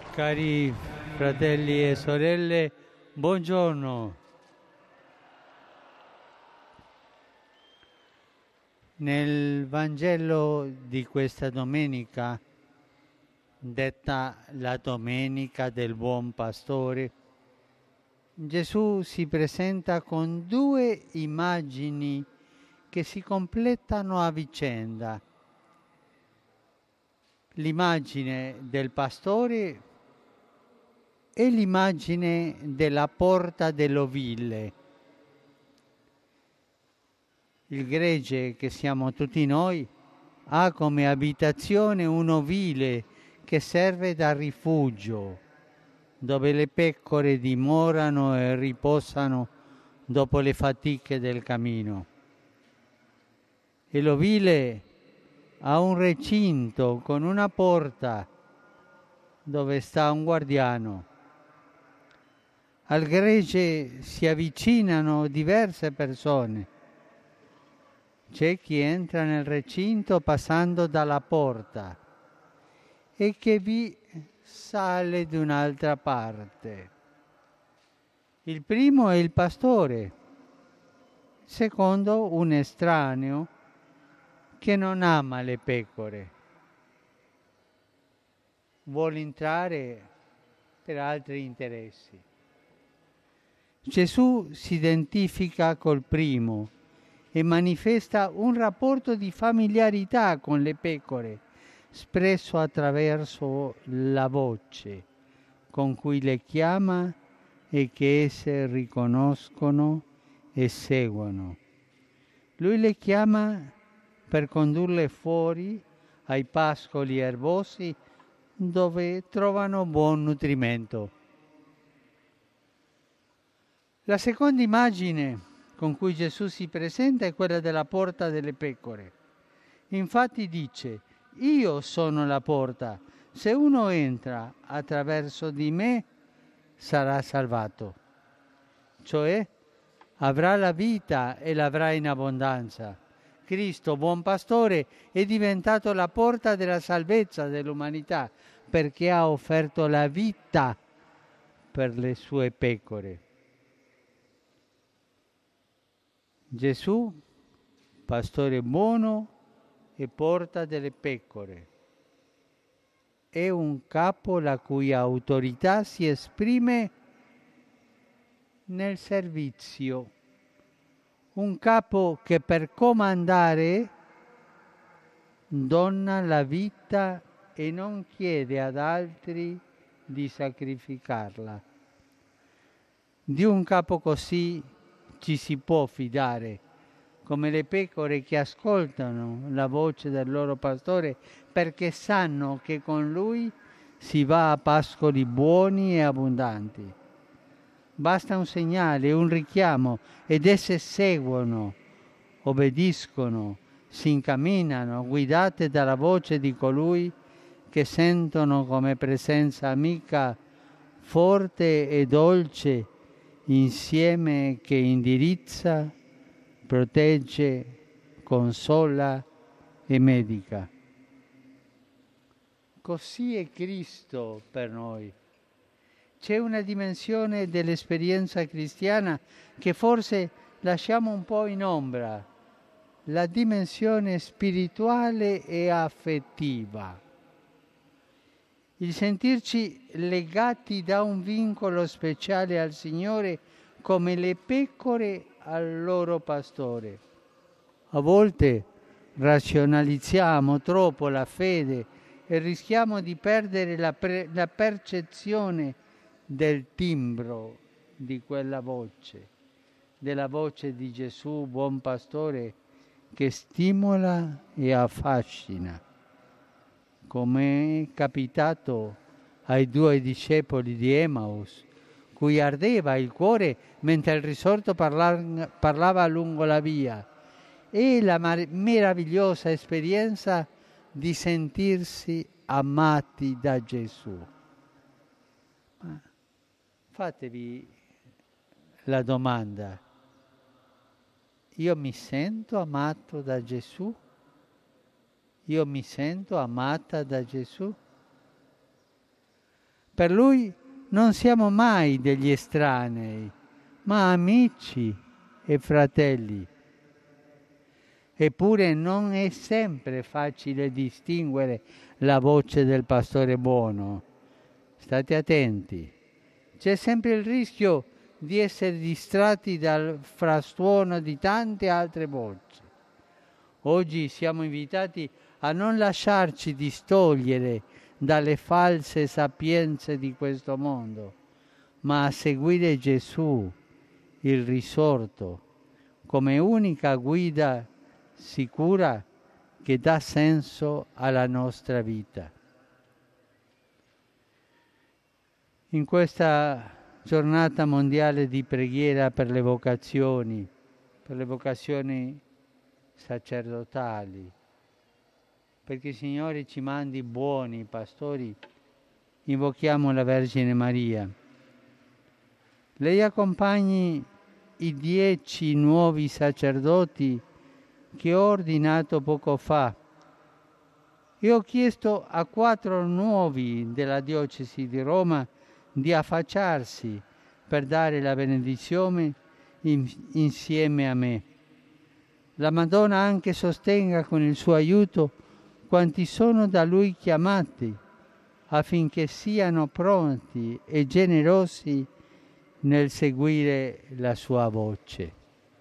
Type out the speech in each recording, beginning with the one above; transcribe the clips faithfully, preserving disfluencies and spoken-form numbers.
Cari fratelli e sorelle, buongiorno. Nel Vangelo di questa domenica, detta la Domenica del Buon Pastore, Gesù si presenta con due immagini che si completano a vicenda. L'immagine del pastore e l'immagine della porta dell'ovile. Il gregge, che siamo tutti noi, ha come abitazione un ovile che serve da rifugio, dove le pecore dimorano e riposano dopo le fatiche del cammino. E l'ovile ha un recinto con una porta dove sta un guardiano. Al gregge si avvicinano diverse persone. C'è chi entra nel recinto passando dalla porta e che vi sale da un'altra parte. Il primo è il pastore, secondo un estraneo che non ama le pecore. Vuole entrare per altri interessi. Gesù si identifica col primo e manifesta un rapporto di familiarità con le pecore, espresso attraverso la voce con cui le chiama e che esse riconoscono e seguono. Lui le chiama per condurle fuori ai pascoli erbosi dove trovano buon nutrimento. La seconda immagine con cui Gesù si presenta è quella della porta delle pecore. Infatti dice: io sono la porta, se uno entra attraverso di me sarà salvato. Cioè avrà la vita e l'avrà in abbondanza. Cristo, buon pastore, è diventato la porta della salvezza dell'umanità perché ha offerto la vita per le sue pecore. Gesù, pastore buono e porta delle pecore, è un capo la cui autorità si esprime nel servizio, un capo che per comandare dona la vita e non chiede ad altri di sacrificarla. Di un capo così ci si può fidare, come le pecore che ascoltano la voce del loro pastore perché sanno che con lui si va a pascoli buoni e abbondanti. Basta un segnale, un richiamo ed esse seguono, obbediscono, si incamminano, guidate dalla voce di colui che sentono come presenza amica, forte e dolce, insieme che indirizza, protegge, consola e medica. Così è Cristo per noi. C'è una dimensione dell'esperienza cristiana che forse lasciamo un po' in ombra, la dimensione spirituale e affettiva. Il sentirci legati da un vincolo speciale al Signore come le pecore al loro pastore. A volte razionalizziamo troppo la fede e rischiamo di perdere la, pre- la percezione del timbro di quella voce, della voce di Gesù, buon pastore, che stimola e affascina, come è capitato ai due discepoli di Emmaus, cui ardeva il cuore mentre il risorto parla- parlava lungo la via, e la mar- meravigliosa esperienza di sentirsi amati da Gesù. Ma fatevi la domanda: io mi sento amato da Gesù? Io mi sento amata da Gesù? Per Lui non siamo mai degli estranei, ma amici e fratelli. Eppure non è sempre facile distinguere la voce del pastore buono. State attenti. C'è sempre il rischio di essere distratti dal frastuono di tante altre voci. Oggi siamo invitati a non lasciarci distogliere dalle false sapienze di questo mondo, ma a seguire Gesù, il risorto, come unica guida sicura che dà senso alla nostra vita. In questa giornata mondiale di preghiera per le vocazioni, per le vocazioni sacerdotali, perché il Signore ci mandi buoni pastori, invochiamo la Vergine Maria. Lei accompagni i dieci nuovi sacerdoti che ho ordinato poco fa. E ho chiesto a quattro nuovi della diocesi di Roma di affacciarsi per dare la benedizione in, insieme a me. La Madonna anche sostenga con il suo aiuto quanti sono da Lui chiamati, affinché siano pronti e generosi nel seguire la sua voce.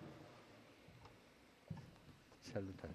Salutate.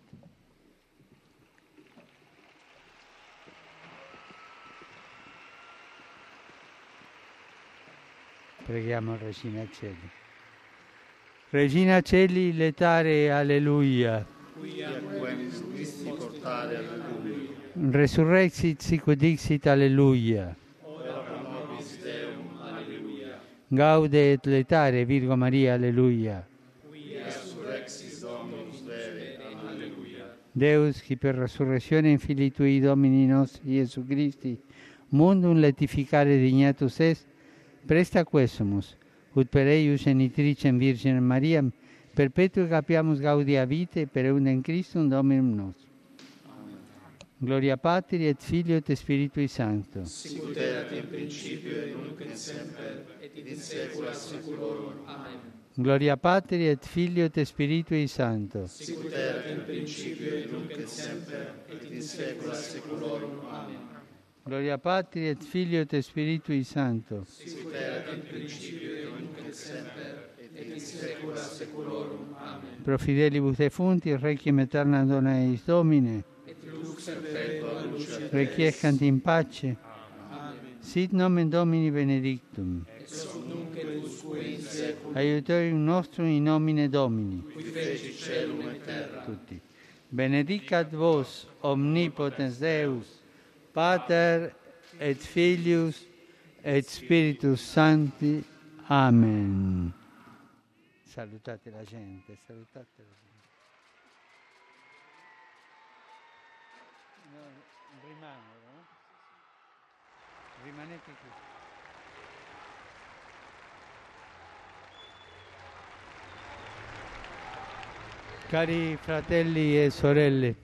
Preghiamo Regina Celi. Regina Celi, letare, alleluia. Quia quem visti portare, alleluia. Resurrexit sic dixit, alleluia. Ora pro nobis Deum, alleluia. Gaude et letare, Virgo Maria, alleluia. Quia surrexis Dominus vere, alleluia. Deus, qui per resurrezione in Filii Tui Domini nostri Iesu Christi, mundum letificare dignatus est, presta quesumus, ut per eius genitricem Virginem Mariam, perpetui capiamus gaudia vitae, per eundem Christum Dominum nostrum. Amen. Gloria Patri et Filio et Spiritui Sancto. Sicut erat in principio et nunc et semper, et in saecula saeculorum. Amen. Gloria Patri et Filio et Spiritui Sancto. Sicut erat in principio et nunc et semper, et in saecula saeculorum. Amen. Gloria Patri et Filio et Spiritui Sancto. Sicut erat in principio et nunc et semper, et in saecula saeculorum. Amen. Pro fidelibus defunctis, requiem aeterna dona eis Domine, Et lux perpetua luce requiescant in pace, Amen. sit nomen Domini benedictum. Et soc nunc et usque in saeculum, Aiutorium nostrum in nomine Domini. qui feci celum et terra. Tutti. Benedicat vos omnipotens Deus, Pater et Filius et Spiritus Sancti. Amen. Salutate la gente, salutate la gente. No, rimangono, no? Rimanete qui. Cari fratelli e sorelle,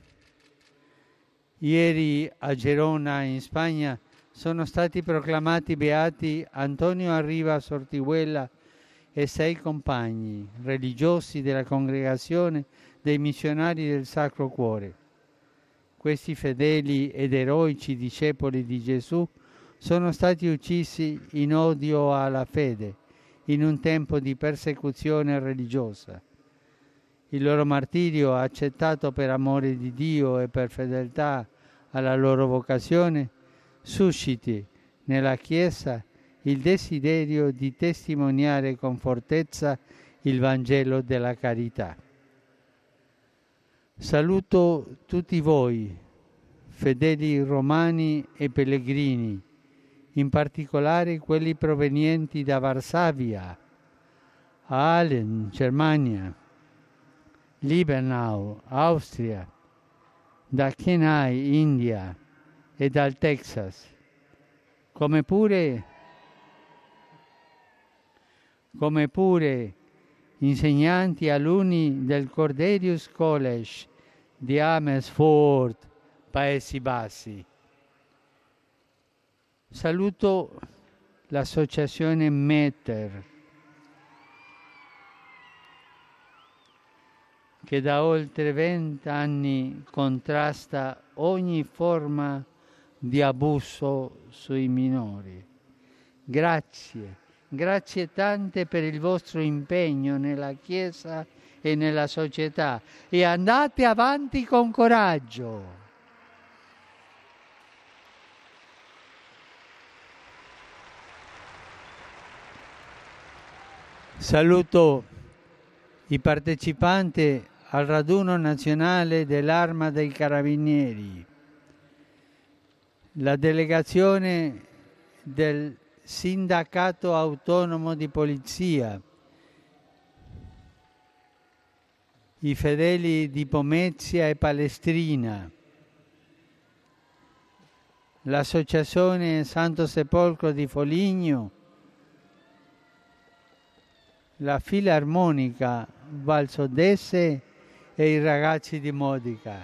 ieri a Gerona, in Spagna, sono stati proclamati beati Antonio Arribas Ortiguela e sei compagni religiosi della congregazione dei missionari del Sacro Cuore. Questi fedeli ed eroici discepoli di Gesù sono stati uccisi in odio alla fede, in un tempo di persecuzione religiosa. Il loro martirio, accettato per amore di Dio e per fedeltà alla loro vocazione, susciti nella Chiesa il desiderio di testimoniare con fortezza il Vangelo della carità. Saluto tutti voi, fedeli romani e pellegrini, in particolare quelli provenienti da Varsavia, Aalen, Germania, Liebenau, Austria, da Chennai, India e dal Texas, come pure, come pure insegnanti alunni del Cordelius College di Amersfoort, Paesi Bassi. Saluto l'associazione Meter, che da oltre vent'anni contrasta ogni forma di abuso sui minori. Grazie, grazie tante per il vostro impegno nella Chiesa e nella società, e andate avanti con coraggio. Saluto i partecipanti al raduno nazionale dell'Arma dei Carabinieri, la delegazione del Sindacato Autonomo di Polizia, i fedeli di Pomezia e Palestrina, l'associazione Santo Sepolcro di Foligno, la Filarmonica Valsodese e i ragazzi di Modica.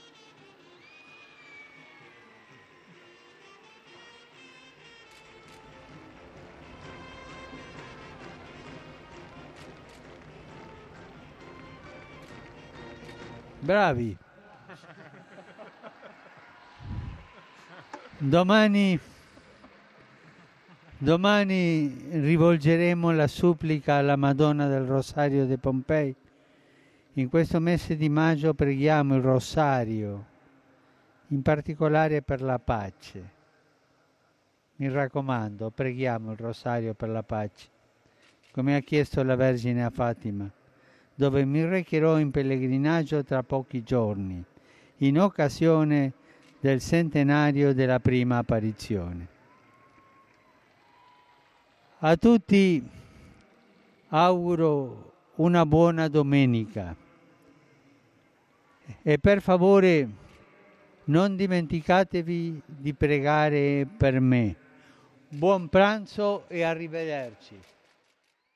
Bravi. Domani, domani rivolgeremo la supplica alla Madonna del Rosario de Pompei. In questo mese di maggio preghiamo il Rosario, in particolare per la pace. Mi raccomando, preghiamo il Rosario per la pace, come ha chiesto la Vergine a Fatima, dove mi recherò in pellegrinaggio tra pochi giorni, in occasione del centenario della prima apparizione. A tutti auguro una buona domenica e per favore non dimenticatevi di pregare per me. Buon pranzo e arrivederci.